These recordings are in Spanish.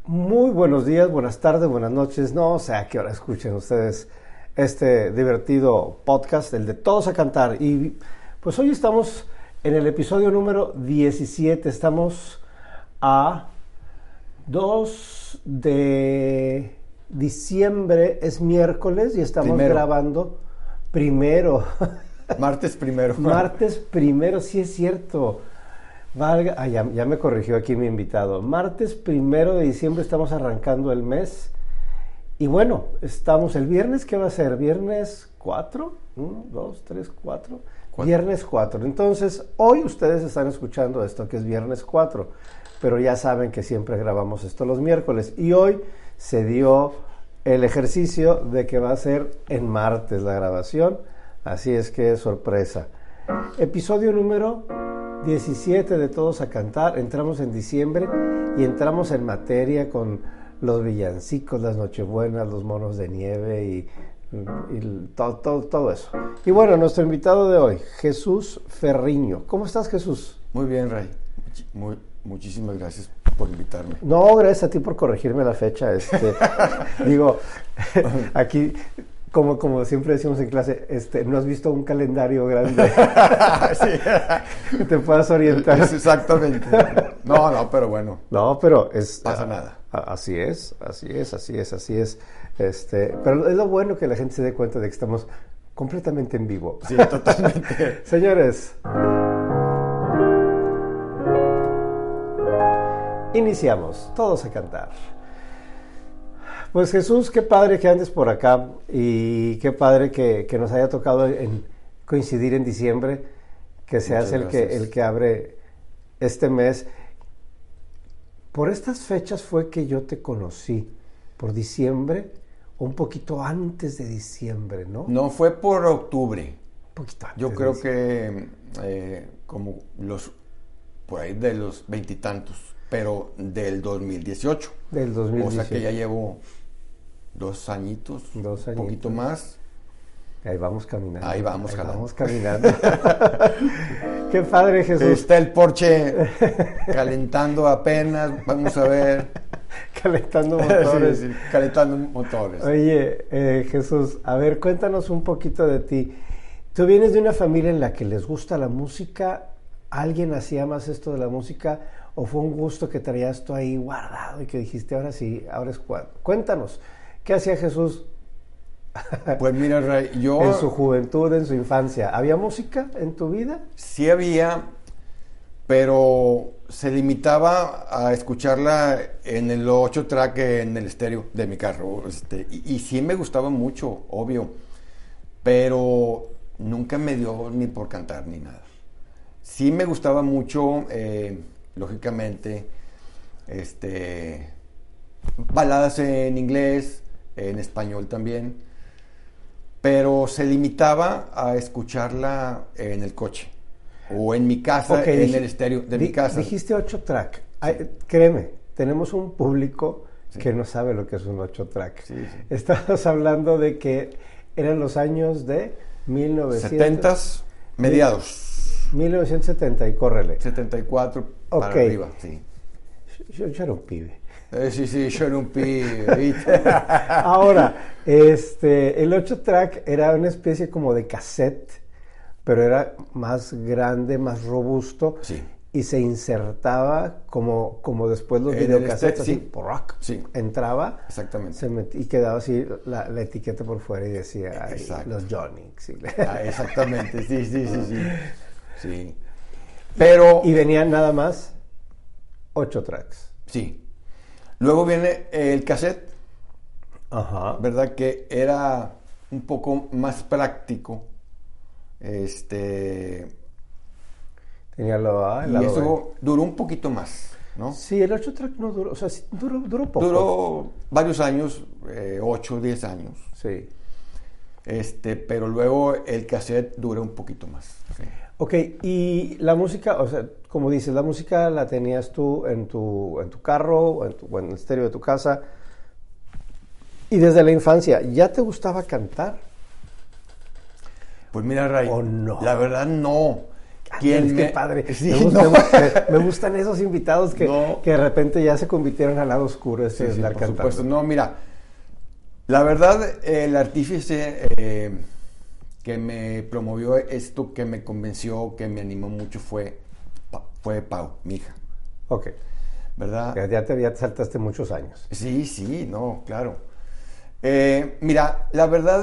Muy buenos días, buenas tardes, buenas noches. No sé a qué hora escuchen ustedes este divertido podcast, el de Todos a Cantar. Y pues hoy estamos en el episodio número 17. Estamos a 2 de diciembre, es miércoles y estamos grabando primero. Martes primero. Martes primero, sí es cierto. Ya me corrigió aquí mi invitado. Martes 1 de diciembre estamos arrancando el mes. Y bueno, estamos el viernes, ¿qué va a ser? ¿Viernes 4? 1, 2, 3, 4. Viernes 4. Entonces, hoy ustedes están escuchando esto que es viernes 4. Pero ya saben que siempre grabamos esto los miércoles. Y hoy se dio el ejercicio de que va a ser en martes la grabación. Así es que sorpresa. Episodio número 17 de Todos a Cantar. Entramos en diciembre y entramos en materia con los villancicos, las nochebuenas, los monos de nieve y todo eso. Y bueno, nuestro invitado de hoy, Jesús Ferriño. ¿Cómo estás, Jesús? Muy bien, Ray. Muchísimas gracias por invitarme. No, gracias a ti por corregirme la fecha. Digo, aquí... Como siempre decimos en clase, no has visto un calendario grande. Sí. Te puedas orientar. Exactamente. No, pero bueno. No, pero pasa nada. Así es. Pero es lo bueno que la gente se dé cuenta de que estamos completamente en vivo. Sí, totalmente. Señores, iniciamos. Todos a cantar. Pues Jesús, qué padre que andes por acá y qué padre que nos haya tocado coincidir en diciembre, que seas el que abre este mes. Por estas fechas fue que yo te conocí, por diciembre o un poquito antes de diciembre, ¿no? No, fue por octubre. Un poquito antes. Yo creo que como por ahí de los 20 y tantos, pero del 2018. Del 2018. O sea que ya llevo 2 añitos, un poquito más. Ahí vamos caminando. Ahí vamos caminando. Qué padre, Jesús. Está el Porsche calentando apenas, vamos a ver. Calentando motores. Sí, calentando motores. Oye, Jesús, a ver, cuéntanos un poquito de ti. Tú vienes de una familia en la que les gusta la música. ¿Alguien hacía más esto de la música? ¿O fue un gusto que traías tú ahí guardado y que dijiste, ahora sí, ahora es cuando? Cuéntanos, ¿qué hacía Jesús? Pues mira, Ray, yo... En su juventud, en su infancia, ¿había música en tu vida? Sí había, pero se limitaba a escucharla en el 8-track en el estéreo de mi carro. Y sí me gustaba mucho, obvio, pero nunca me dio ni por cantar ni nada. Sí me gustaba mucho... lógicamente, baladas en inglés, en español también, pero se limitaba a escucharla en el coche o en mi casa, en el estéreo de mi casa. Dijiste 8-track. Sí. Créeme, tenemos un público que no sabe lo que es un 8-track. Sí. Estamos hablando de que eran los años de 70s, mediados. 1970 y córrele. 74 para arriba, sí. Yo era un pibe. Sí, yo era un pibe. Ahora, el 8-track era una especie como de cassette, pero era más grande, más robusto. Sí. Y se insertaba como después los videocassettes, así, por rock. Sí. Entraba. Exactamente. Y quedaba así la etiqueta por fuera y decía los Johnny. Sí. Exactamente, sí. Pero... Y venían nada más 8 tracks. Sí. Luego viene el cassette. Ajá. ¿Verdad? Que era un poco más práctico. Tenía y eso duró un poquito más, ¿no? Sí, el 8 track no duró, o sea, sí, duró poco. Duró varios años, 8, 10 años. Sí. Pero luego el cassette dura un poquito más. Sí. Ok, y la música, o sea, como dices, la música la tenías tú en tu carro o en el estéreo de tu casa. Y desde la infancia, ¿ya te gustaba cantar? Pues mira, Ray, ¿o no? La verdad no. Es que padre. Sí, Me gustan esos invitados que de repente ya se convirtieron al lado oscuro. Sí, estar por cantando. supuesto. No, mira, la verdad, el artífice que me promovió esto, que me convenció, que me animó mucho fue Pau, mi hija. Ok. ¿Verdad? Ya te saltaste muchos años. Sí, no, claro. Mira, la verdad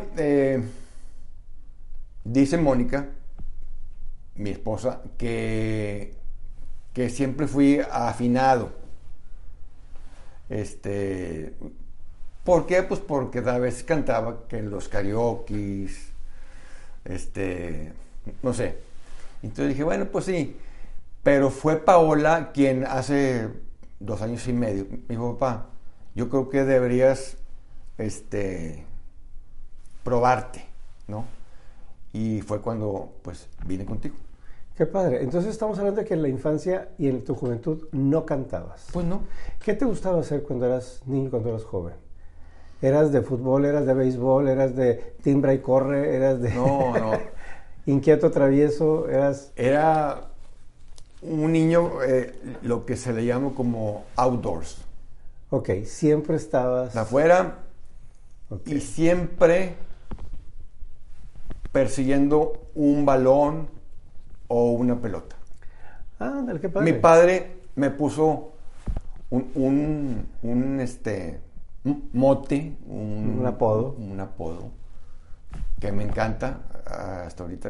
dice Mónica, mi esposa, que siempre fui afinado. ¿Por qué? Pues porque a veces cantaba que en los karaokes, no sé. Entonces dije, bueno, pues sí. Pero fue Paola quien hace 2 años y medio me dijo, papá, yo creo que deberías probarte, ¿no? Y fue cuando pues vine contigo. Qué padre. Entonces estamos hablando de que en la infancia y en tu juventud no cantabas. Pues no. ¿Qué te gustaba hacer cuando eras niño, cuando eras joven? ¿Eras de fútbol, eras de béisbol, eras de timbra y corre, eras de... No. inquieto, travieso, Era un niño, lo que se le llama como outdoors. Ok, siempre estabas... Afuera, Okay. Y siempre persiguiendo un balón o una pelota. Ándale, qué padre. Mi padre me puso un mote, un apodo. Un apodo que me encanta hasta ahorita.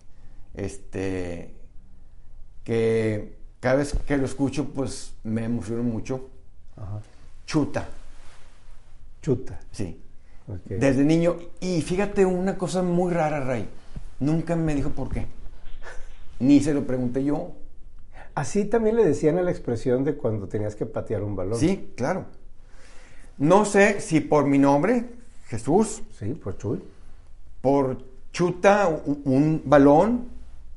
Que cada vez que lo escucho, pues me emociono mucho. Ajá. Chuta. Sí. Okay. Desde niño. Y fíjate una cosa muy rara, Ray. Nunca me dijo por qué. Ni se lo pregunté yo. Así también le decían a la expresión de cuando tenías que patear un balón. Sí, claro. No sé si por mi nombre, Jesús. Sí, por Chuy. Por chuta un balón.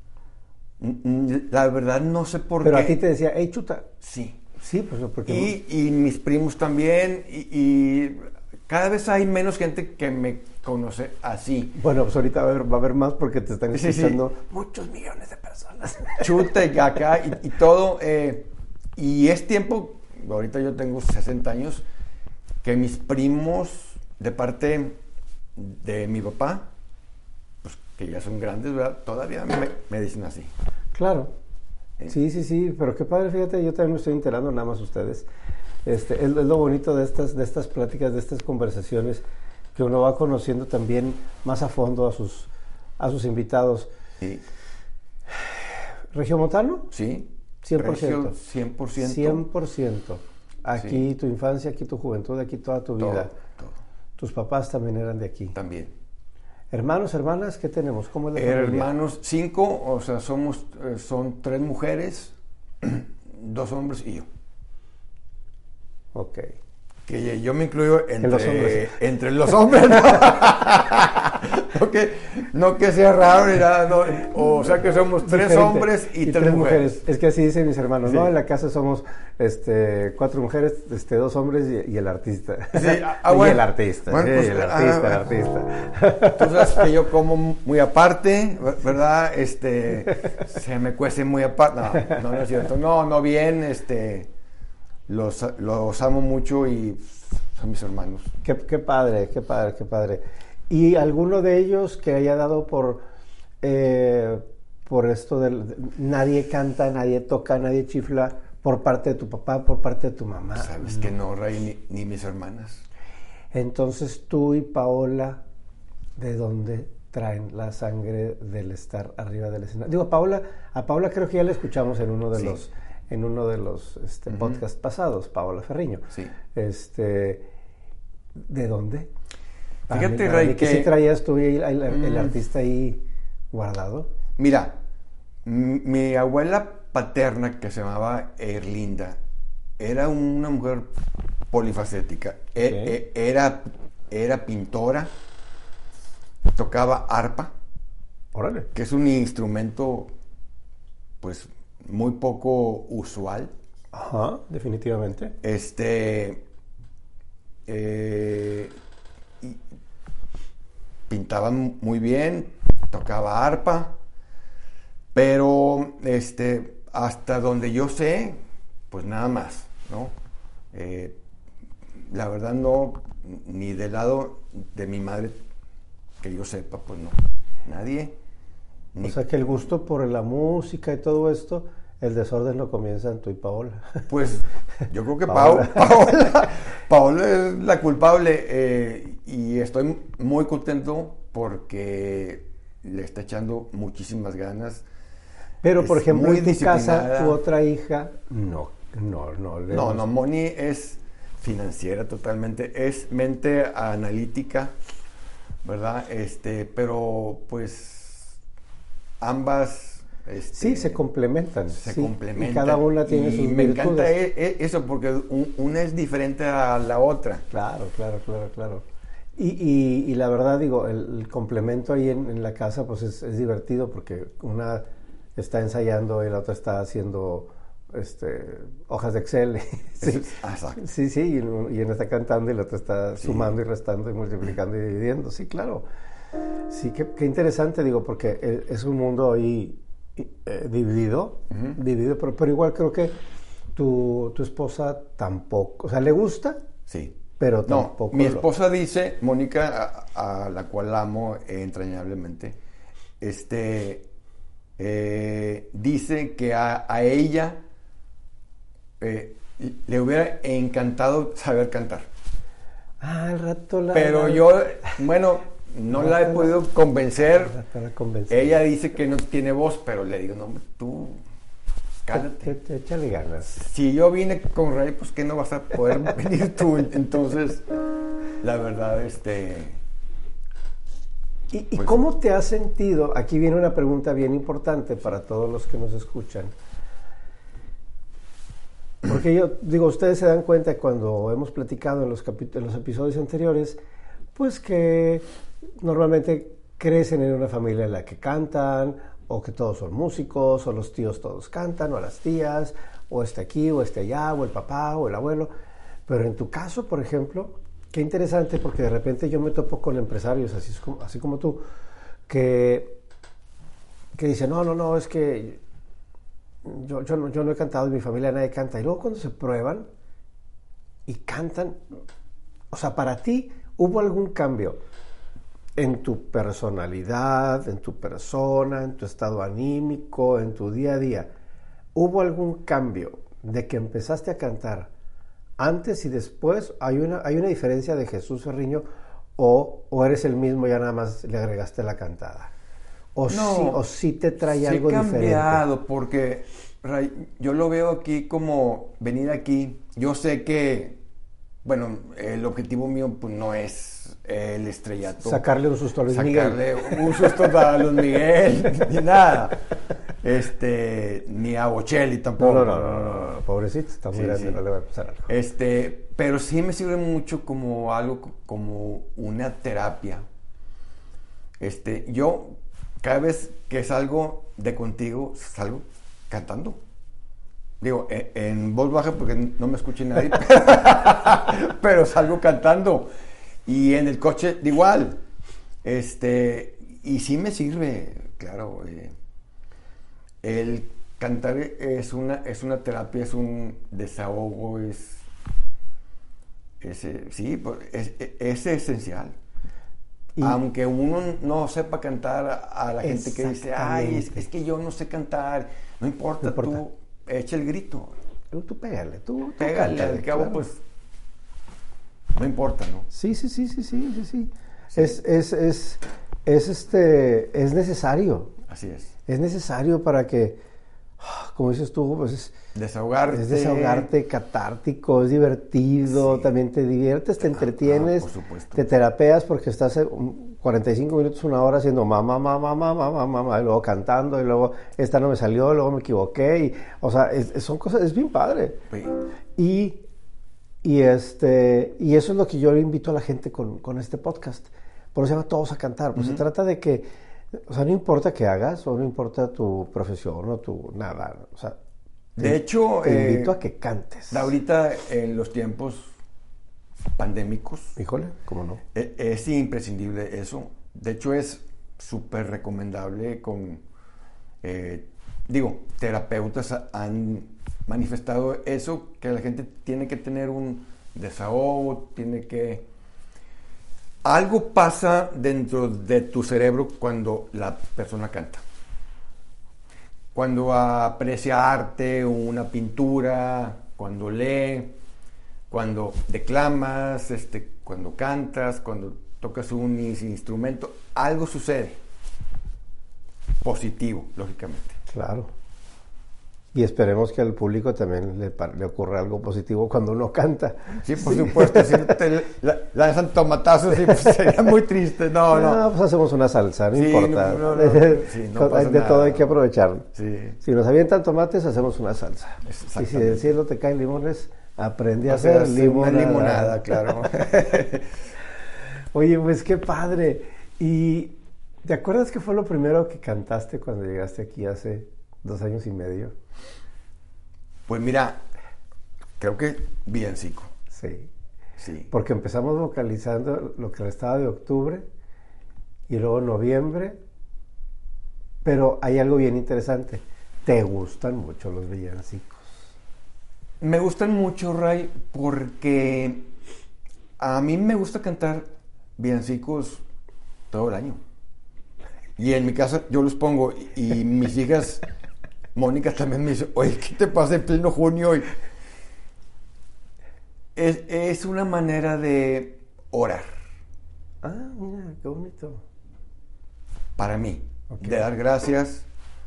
La verdad no sé por qué. Pero qué. a ti te decía, hey, chuta. Sí. Sí, pues porque... Y mis primos también. Y cada vez hay menos gente que me conoce así. Bueno, pues ahorita va a haber más porque te están escuchando muchos millones de personas. Chuta y acá y todo. Y es tiempo, ahorita yo tengo 60 años, que mis primos de parte de mi papá, pues que ya son grandes, ¿verdad? Todavía me dicen así. Claro. Sí, pero qué padre, fíjate, yo también me estoy enterando, nada más ustedes. Es lo bonito de estas pláticas, de estas conversaciones, que uno va conociendo también más a fondo a sus invitados. Sí. ¿Regiomontano? Sí. 100%. 100%. 100%. Aquí sí. Tu infancia, aquí tu juventud, aquí toda tu vida. Todo. Tus papás también eran de aquí. También. ¿Hermanos, hermanas? ¿Qué tenemos? ¿Cómo es la familia? Hermanos, 5, o sea, son 3 mujeres, 2 hombres y yo. Ok. Que yo me incluyo entre los hombres. no que sea raro ni nada, no, o sea que somos 3 hombres y 3 mujeres. Es que así dicen mis hermanos, sí. ¿no? En la casa somos 4 mujeres, 2 hombres y el artista. Sí, bueno. Y el artista, bueno, sí, pues, el artista. Tú sabes que yo como muy aparte, ¿verdad? Se me cuece muy aparte. No es cierto. No bien, los amo mucho y son mis hermanos. Qué padre. ¿Y alguno de ellos que haya dado por esto de nadie canta, nadie toca, nadie chifla, por parte de tu papá, por parte de tu mamá? Sabes que no, Ray, ni mis hermanas. Entonces tú y Paola, ¿de dónde traen la sangre del estar arriba del escenario? Digo, a Paola creo que ya la escuchamos en uno de los... En uno de los podcasts pasados, Paola Ferriño. Sí. ¿De dónde? Fíjate, Ray, que si traías tú el artista ahí guardado. Mira, mi abuela paterna, que se llamaba Erlinda, era una mujer polifacética. Okay. Era pintora, tocaba arpa. Órale. Que es un instrumento, pues, muy poco usual. Ajá, definitivamente. Pintaba muy bien, tocaba arpa, Pero, hasta donde yo sé, pues nada más, ¿no? La verdad no, ni del lado de mi madre, que yo sepa, pues no, nadie. O sea que el gusto por la música y todo esto, el desorden lo comienzan tú y Paola. Pues yo creo que Paola. Paola es la culpable, y estoy muy contento porque le está echando muchísimas ganas. Pero, por Es ejemplo, muy en tu casa, disciplinada. tu otra hija, no. No, Moni es financiera totalmente, es mente analítica, ¿verdad? Pero pues ambas Sí, se complementan. se sí, complementan. Y cada una tiene y sus me virtudes. encanta eso, porque una es diferente a la otra. Claro. Y la verdad, digo, el complemento ahí en la casa, pues es divertido porque una está ensayando y la otra está haciendo hojas de Excel. Sí, Exacto. sí, y una está cantando y la otra está sumando y restando y multiplicando y dividiendo. Sí, claro. Sí, qué interesante, digo, porque es un mundo ahí dividido, pero igual creo que tu esposa tampoco, o sea, le gusta, Sí. pero No, tampoco. mi esposa dice, Mónica, a la cual amo entrañablemente, dice que a ella le hubiera encantado saber cantar. Al rato Pero yo, bueno, no la he podido convencer. Ella dice que no tiene voz, pero le digo, no, tú, cállate. Échale ganas. Si yo vine con Ray, pues que no vas a poder venir tú. Entonces, la verdad, ¿Y pues, cómo te has sentido? Aquí viene una pregunta bien importante para todos los que nos escuchan. Porque yo digo, ustedes se dan cuenta cuando hemos platicado en los episodios anteriores, pues que normalmente crecen en una familia en la que cantan, o que todos son músicos, o los tíos todos cantan, o las tías, o aquí, o allá, o el papá, o el abuelo. Pero en tu caso, por ejemplo, qué interesante, porque de repente yo me topo con empresarios, así como tú, que dicen, no, es que yo no he cantado, en mi familia nadie canta. Y luego cuando se prueban y cantan, o sea, para ti, ¿hubo algún cambio en tu personalidad, en tu persona, en tu estado anímico, en tu día a día? ¿Hubo algún cambio de que empezaste a cantar antes y después? ¿Hay una diferencia de Jesús Ferriño o eres el mismo, ya nada más le agregaste la cantada? ¿O sí te trae algo diferente? Sí he cambiado, porque Ray, yo lo veo aquí como venir aquí. Yo sé que, bueno, el objetivo mío pues no es el estrellato. Sacarle un susto a Luis Miguel. Sacarle un susto a Luis Miguel, ni nada. Ni a Bocelli tampoco. No, pobrecito, está muy grande, no le va a pasar algo. Pero sí me sirve mucho como algo, como una terapia. Yo, cada vez que salgo de contigo, salgo cantando. Digo, en voz baja porque no me escuche nadie, pero salgo cantando. Y en el coche, igual. Y sí me sirve, claro. El cantar es una terapia, es un desahogo, es esencial. Aunque uno no sepa cantar, a la gente que dice, ay, es que yo no sé cantar, no importa. Tú echa el grito. Tú pégale, tú pégale, cántale, al cabo, claro. Pues no importa, ¿no? Sí. Es necesario. Así es. Es necesario para que, como dices tú, pues es desahogarte, catártico, es divertido, sí. También te diviertes, te entretienes, por supuesto. Te terapeas porque estás 45 minutos, una hora haciendo mamá, y luego cantando, y luego esta no me salió, luego me equivoqué, y, o sea, son cosas, es bien padre. Sí. Y eso es lo que yo le invito a la gente con este podcast. Por eso se llama Todos a Cantar. Pues se trata de que, o sea, no importa qué hagas, o no importa tu profesión, o tu nada. O sea, de hecho, te invito a que cantes. Ahorita, en los tiempos pandémicos. Híjole, ¿cómo no? Es imprescindible eso. De hecho, es súper recomendable terapeutas han manifestado eso, que la gente tiene que tener un desahogo, algo pasa dentro de tu cerebro cuando la persona canta. Cuando aprecia arte, una pintura, cuando lee, cuando declamas, cuando cantas, cuando tocas un instrumento, algo sucede. Positivo, lógicamente. Claro. Y esperemos que al público también le ocurra algo positivo cuando uno canta. Sí, por supuesto. Si te lanzan tomatazos, sí, pues sería muy triste. No. Pues hacemos una salsa, no importa. No pasa de nada. todo hay que aprovechar. Sí. Si nos avientan tomates, hacemos una salsa. Y si del cielo te caen limones, aprendí a hacer limonada. Una limonada, claro. Oye, pues qué padre. ¿Y te acuerdas qué fue lo primero que cantaste cuando llegaste aquí hace 2 años y medio? Pues mira, creo que villancico. Sí. Porque empezamos vocalizando lo que restaba de octubre y luego noviembre. Pero hay algo bien interesante. ¿Te gustan mucho los villancicos? Me gustan mucho, Ray, porque a mí me gusta cantar villancicos todo el año. Y en mi casa yo los pongo y mis hijas, Mónica también me dice, oye, ¿qué te pasa en pleno junio? Es una manera de orar. Ah, mira, qué bonito. Para mí, okay. De dar gracias,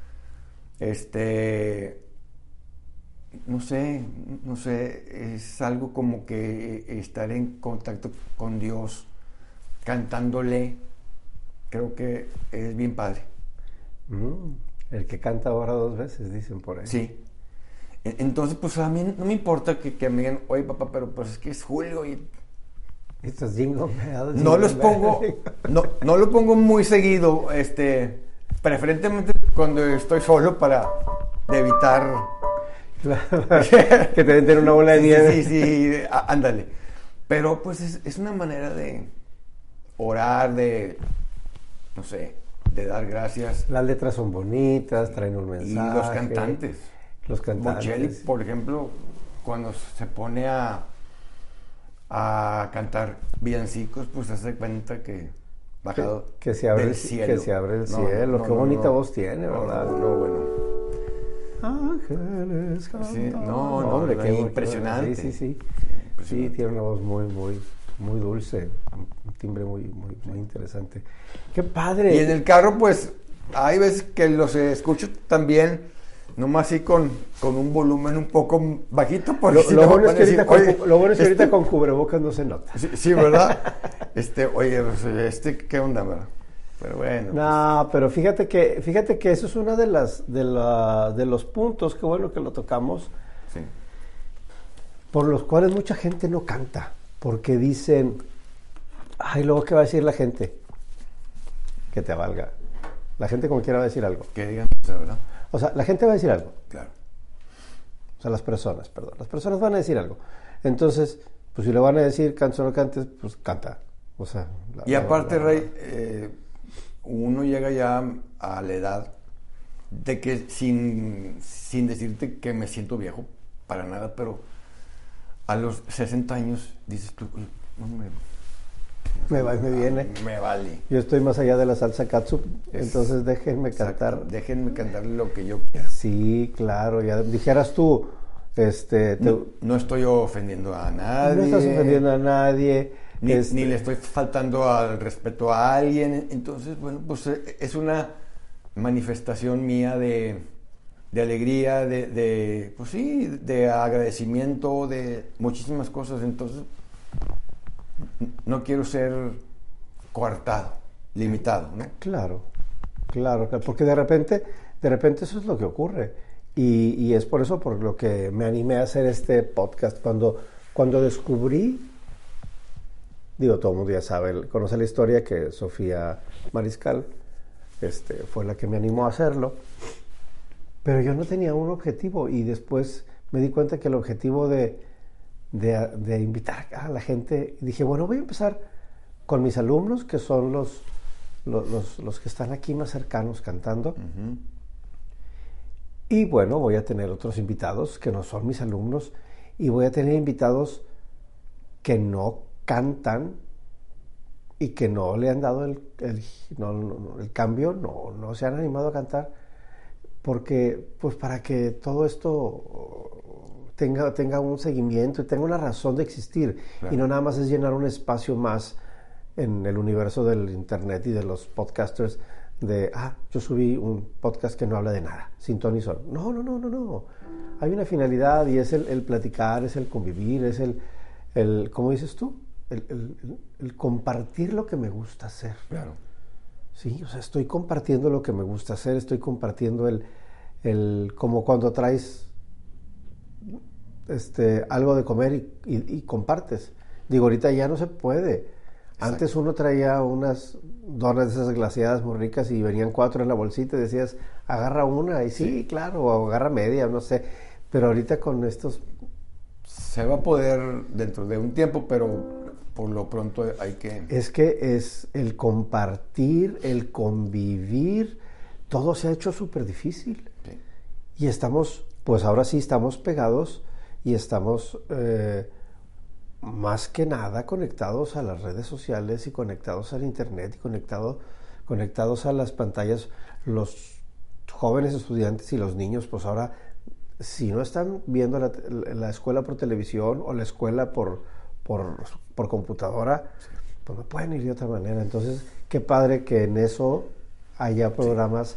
no sé, es algo como que estar en contacto con Dios, cantándole, creo que es bien padre. El que canta ahora 2 veces, dicen por ahí. Sí. Entonces, pues a mí no me importa que me digan, oye papá, pero pues es que es julio y... Estos jingle bells. No los pongo, no lo pongo muy seguido, preferentemente cuando estoy solo para evitar... que te den una bola de nieve. Sí, ándale. Pero pues es una manera de orar, no sé, de dar gracias. Las letras son bonitas, traen un mensaje. Y los cantantes. Bocelli, sí. por ejemplo, cuando se pone a cantar villancicos, pues se hace cuenta que bajado que se abre del cielo. Que se abre el cielo. Qué bonita voz tiene, ¿verdad? Bueno. Ángeles cantando. Sí, hombre, qué impresionante. Sí, tiene una voz muy dulce, un timbre muy interesante. ¡Qué padre! Y en el carro, pues, hay veces que los escucho también, nomás así con un volumen un poco bajito. Lo bueno es que ahorita con cubrebocas no se nota. Sí, ¿verdad? Oye, ¿qué onda, verdad? Pero bueno. No, pero fíjate que eso es una de los puntos, qué bueno que lo tocamos, sí, por los cuales mucha gente no canta, porque dicen, ay, luego qué va a decir la gente, que te valga. La gente como quiera va a decir algo. Que digan, ¿verdad? O sea, la gente va a decir algo. Claro. O sea, las personas van a decir algo. Entonces, pues si le van a decir cantes o no cantes, pues canta. O sea, y aparte, Rey, uno llega ya a la edad de que sin decirte que me siento viejo, para nada, pero a los 60 años dices tú, me va y me viene. Me vale. Yo estoy más allá de la salsa catsup, entonces déjenme cantar. Déjenme cantar lo que yo quiera. Sí, claro, ya dijeras tú, no estoy ofendiendo a nadie. No estás ofendiendo a nadie. Ni le estoy faltando al respeto a alguien. Entonces, bueno, pues es una manifestación mía de alegría, pues sí, de agradecimiento, de muchísimas cosas. Entonces, no quiero ser coartado, limitado, ¿no? Claro, porque de repente eso es lo que ocurre. Y es por eso por lo que me animé a hacer este podcast. Cuando descubrí, todo el mundo ya sabe, conoce la historia que Sofía Mariscal fue la que me animó a hacerlo, pero yo no tenía un objetivo y después me di cuenta que el objetivo de invitar a la gente, dije, bueno, voy a empezar con mis alumnos, que son los que están aquí más cercanos cantando. Uh-huh. Y bueno, voy a tener otros invitados que no son mis alumnos y voy a tener invitados que no cantan y que no le han dado el cambio, no se han animado a cantar, porque pues para que todo esto tenga un seguimiento y tenga una razón de existir, claro. Y no nada más es llenar un espacio más en el universo del internet y de los podcasters de, yo subí un podcast que no habla de nada, sin ton ni son. No. Hay una finalidad y es el platicar, es el convivir, es el ¿cómo dices tú? El compartir lo que me gusta hacer. Claro. Sí, o sea, estoy compartiendo lo que me gusta hacer, estoy compartiendo como cuando traes algo de comer y compartes. Digo, ahorita ya no se puede. Exacto. Antes uno traía unas donas de esas glaseadas muy ricas y venían 4 en la bolsita y decías, agarra una, y sí, claro, o agarra media, no sé. Pero ahorita con estos... Se va a poder dentro de un tiempo, pero por lo pronto hay que... Es que es el compartir, el convivir, todo se ha hecho súper difícil. Sí. Y estamos, pues ahora sí estamos pegados y estamos más que nada conectados a las redes sociales y conectados al internet y conectados a las pantallas. Los jóvenes estudiantes y los niños, pues ahora, si no están viendo la escuela por televisión o la escuela por computadora, pues no pueden ir de otra manera. Entonces, qué padre que en eso haya programas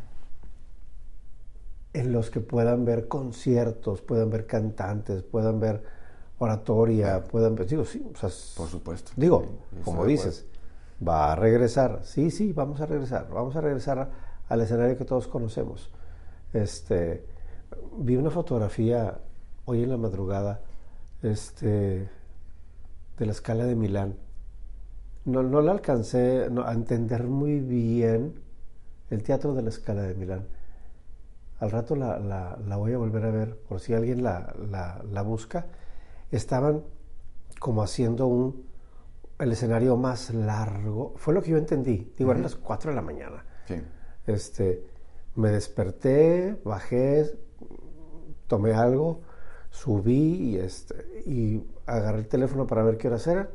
en los que puedan ver conciertos, puedan ver cantantes, puedan ver oratoria, puedan ver, digo, sí, o sea, por supuesto. Digo, sí, como dices, va a regresar. Sí, vamos a regresar al escenario que todos conocemos. Vi una fotografía hoy en la madrugada, de la Scala de Milán. No la alcancé a entender muy bien, el teatro de la Scala de Milán. Al rato la voy a volver a ver, por si alguien la busca. Estaban como haciendo el escenario más largo. Fue lo que yo entendí. Digo, eran las 4 de la mañana. Sí. Me desperté, bajé, tomé algo, subí y agarré el teléfono para ver qué horas eran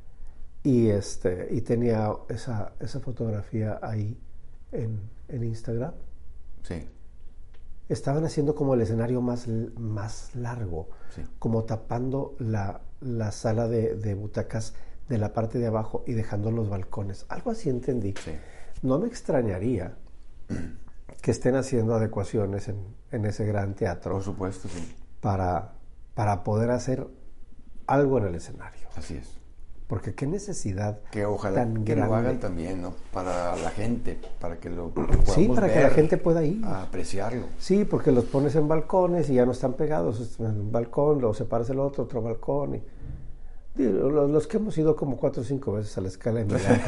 y tenía esa fotografía ahí en Instagram. Sí. Estaban haciendo como el escenario más largo, sí. Como tapando la sala de butacas de la parte de abajo y dejando los balcones. Algo así entendí. Sí. No me extrañaría que estén haciendo adecuaciones en ese gran teatro. Por supuesto, sí. Para poder hacer algo en el escenario. Así es. Porque qué necesidad que ojalá tan que grande. Lo hagan también, ¿no? Para la gente, para que lo podamos sí, para ver, que la gente pueda ir a apreciarlo. Sí, porque los pones en balcones y ya no están pegados. En un balcón, luego separas el otro balcón. Los que hemos ido como 4 o 5 veces a la Scala de Milán.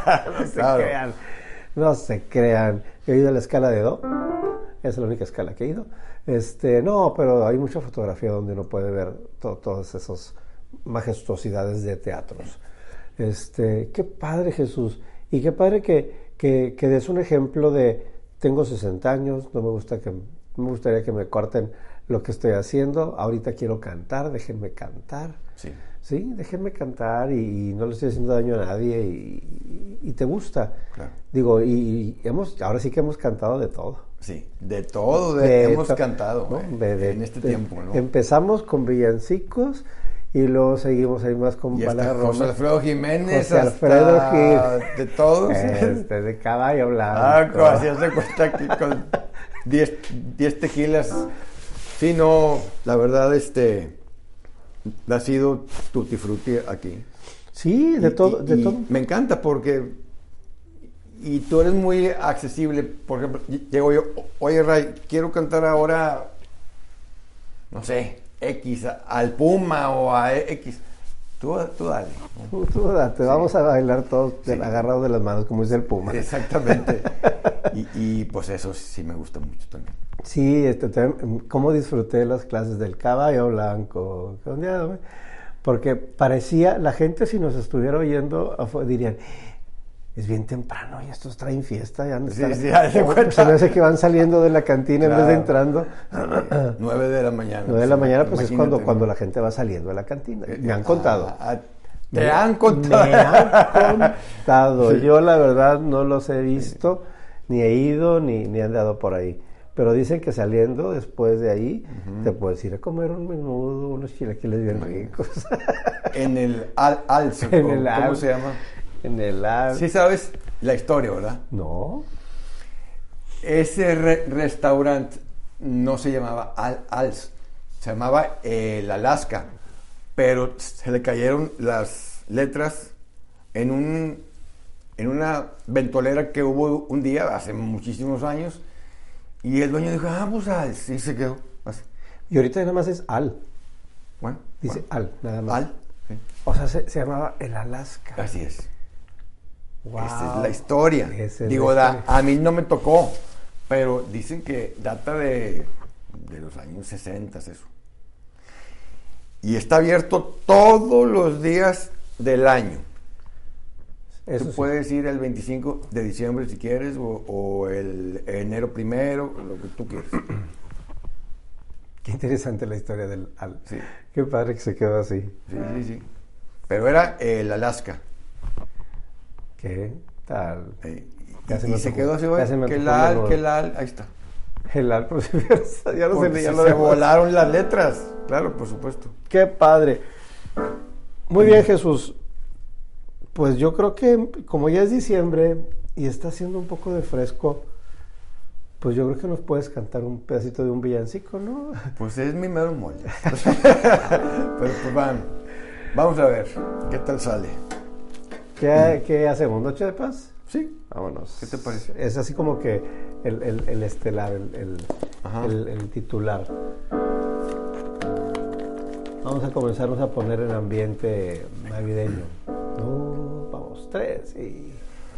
No se crean. Yo he ido a la Scala de Do. Esa es la única escala que he ido. No, pero hay mucha fotografía donde uno puede ver todas esas majestuosidades de teatros. Qué padre, Jesús. Y qué padre que des un ejemplo de tengo 60 años, no me gustaría que me corten lo que estoy haciendo, ahorita quiero cantar, déjenme cantar. Sí, déjenme cantar y no le estoy haciendo daño a nadie y te gusta. Claro. Digo, ahora sí que hemos cantado de todo. Sí, de todo hemos cantado, ¿no? En este tiempo, ¿no? Empezamos con villancicos y luego seguimos ahí más con baladas José Alfredo Jiménez, José Alfredo de todos. De Caballo Blanco. Así se cuenta aquí con 10 tequilas. Sí, no, la verdad, ha sido tutti frutti aquí. Sí, de todo. Me encanta porque... Y tú eres muy accesible. Por ejemplo, llego yo, oye, Ray, quiero cantar ahora, no sé, X, al Puma o a X. Tú dale. Tú date, sí. Vamos a bailar todos agarrados de las manos, como dice el Puma. Exactamente. y pues eso sí me gusta mucho también. Sí, cómo disfruté las clases del Caballo Blanco. Porque parecía, la gente si nos estuviera oyendo, dirían, es bien temprano y estos traen fiesta. Ya no Sí, están, sí, haz de cuenta. se me hace que van saliendo de la cantina en vez de entrando. 9 de la mañana. 9 de la mañana, pues es Imagínate, cuando ¿no? la gente va saliendo de la cantina. Me han contado. Te han contado. Me han contado. Sí. Yo la verdad no los he visto, ni he ido, ni he andado por ahí. Pero dicen que saliendo después de ahí, te puedes ir a comer un menudo, unos chilaquiles bien ricos. En el Alce, En el ¿cómo Al- se llama? En el Sí sabes la historia, ¿verdad? No. Ese restaurante no se llamaba Alce, se llamaba el Alaska, pero se le cayeron las letras en una ventolera que hubo un día, hace muchísimos años, y el dueño dijo, pues Alce, y se quedó así. Y ahorita nada más es Al. Bueno, Dice bueno. Al, nada más. Al, sí. O sea, se llamaba el Alaska. Así es. Wow. Esa es la historia. Esa es Digo, la historia. a mí no me tocó, pero dicen que data de los años 60 eso. Y está abierto todos los días del año. Eso Tú sí. puedes ir el 25 de diciembre si quieres, o el enero primero, lo que tú quieras. Qué interesante la historia del Al. Sí. Qué padre que se quedó así. Sí. Pero era el Alaska. ¿Qué tal? Y me se tocó- quedó así, ya se me que tocó el Al, menudo. que el Al, ahí está. El Al, pues, ya no Porque sé, ya se lo demás. volaron las letras, claro, por supuesto. Qué padre. Muy bien, Jesús. Pues yo creo que como ya es diciembre y está haciendo un poco de fresco, pues yo creo que nos puedes cantar un pedacito de un villancico, ¿no? Pues es mi mero mole. Pues vamos a ver qué tal sale. ¿Qué hacemos? ¿Noche de paz? Sí, Vámonos. ¿qué te parece? Es así como que el estelar, Ajá. el titular. Vamos a comenzarnos a poner en ambiente navideño. No, vamos, 3 y...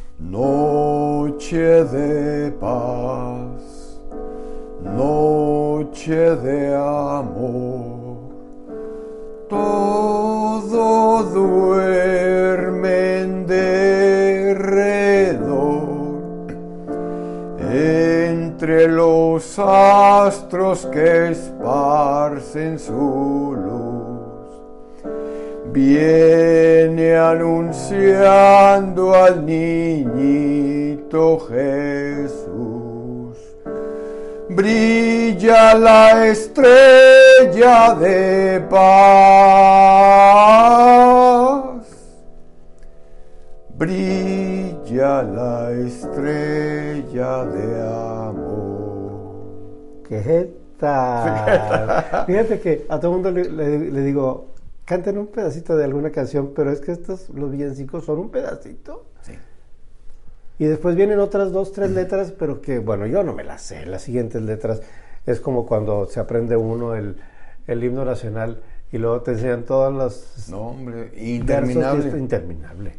Noche de paz, noche de amor, todo duerme en derredor, entre los astros que esparcen su luz. Viene anunciando al niñito Jesús. Brilla la estrella de paz. Brilla la estrella de amor. ¿Qué tal? Fíjate que a todo el mundo le digo, canten un pedacito de alguna canción, pero es que los villancicos son un pedacito. Sí. Y después vienen otras 2, 3 letras, pero que, bueno, yo no me las sé. Las siguientes letras es como cuando se aprende uno el himno nacional y luego te enseñan todas las No, hombre, versos. interminable. Interminable.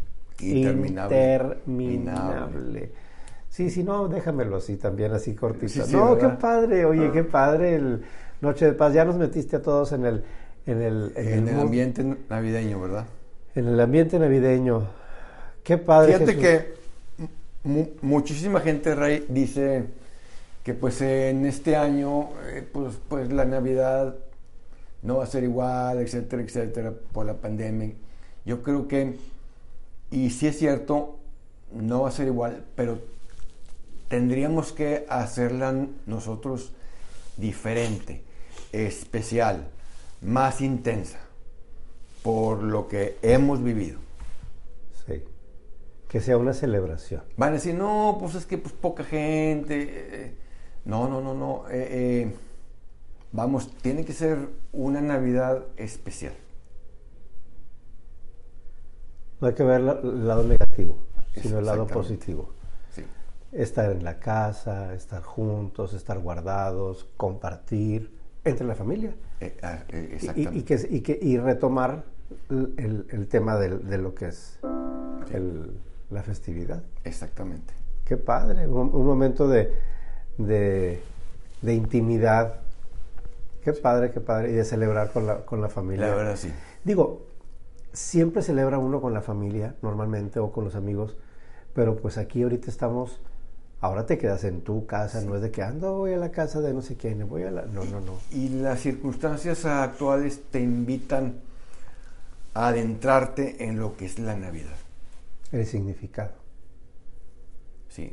Interminable. Sí, no, déjamelo así también, así cortito. Sí, no, ¿verdad? qué padre, oye, qué padre el Noche de Paz. Ya nos metiste a todos en el mood, ambiente navideño, ¿verdad? en el ambiente navideño. Qué padre. Fíjate Jesús. que muchísima gente, Ray, dice que pues en este año pues la Navidad no va a ser igual, etcétera, etcétera, por la pandemia. Yo creo que, y sí es cierto, no va a ser igual, pero tendríamos que hacerla nosotros diferente, especial, más intensa, por lo que hemos vivido. Sí. Que sea una celebración. Van a decir, no, pues es que pues poca gente. No. Vamos, tiene que ser una Navidad especial. No hay que ver el lado negativo, sino el lado Exactamente. positivo. Sí. Estar en la casa, estar juntos, estar guardados, compartir entre la familia. Exactamente. Y retomar el tema de lo que es la festividad. Exactamente. Qué padre, un momento de intimidad. Qué padre, y de celebrar con la familia. La verdad, sí. Digo, siempre celebra uno con la familia, normalmente, o con los amigos, pero pues aquí ahorita estamos, ahora te quedas en tu casa, no es de que voy a la casa de no sé quién, voy a la... No. Y las circunstancias actuales te invitan a adentrarte en lo que es la Navidad. El significado. Sí,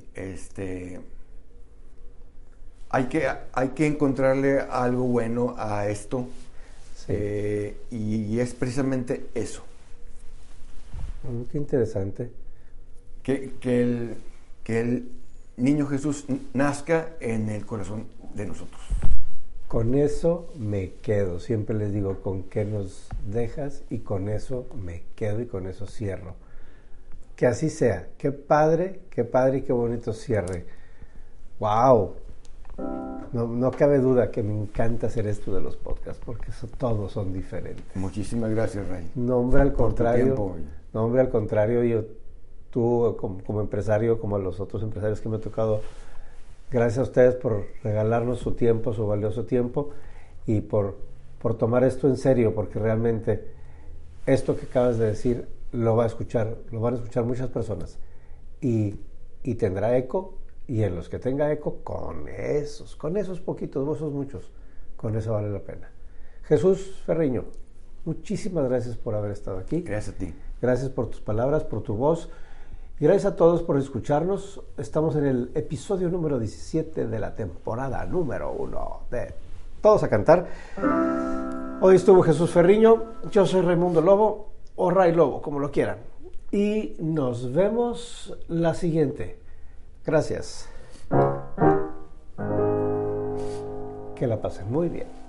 hay que encontrarle algo bueno a esto. Sí. Y es precisamente eso. Qué interesante. Que el niño Jesús nazca en el corazón de nosotros. Con eso me quedo. Siempre les digo, ¿con qué nos dejas? Y con eso me quedo y con eso cierro. Que así sea. Qué padre y qué bonito cierre. ¡Wow! No cabe duda que me encanta hacer esto de los podcasts porque todos son diferentes. Muchísimas gracias, Ray. No, hombre, al contrario. Por tu tiempo. No, hombre, al contrario. Tú como empresario, como a los otros empresarios que me ha tocado, gracias a ustedes por regalarnos su tiempo, su valioso tiempo, y por tomar esto en serio, porque realmente esto que acabas de decir lo van a escuchar muchas personas y tendrá eco, y en los que tenga eco, con esos poquitos, esos muchos, con eso vale la pena. Jesús Ferriño, muchísimas gracias por haber estado aquí. Gracias a ti. Gracias por tus palabras, por tu voz. Y gracias a todos por escucharnos. Estamos en el episodio número 17 de la temporada número 1 de Todos a Cantar. Hoy estuvo Jesús Ferriño, yo soy Raimundo Lobo, o Ray Lobo, como lo quieran. Y nos vemos la siguiente. Gracias. Que la pasen muy bien.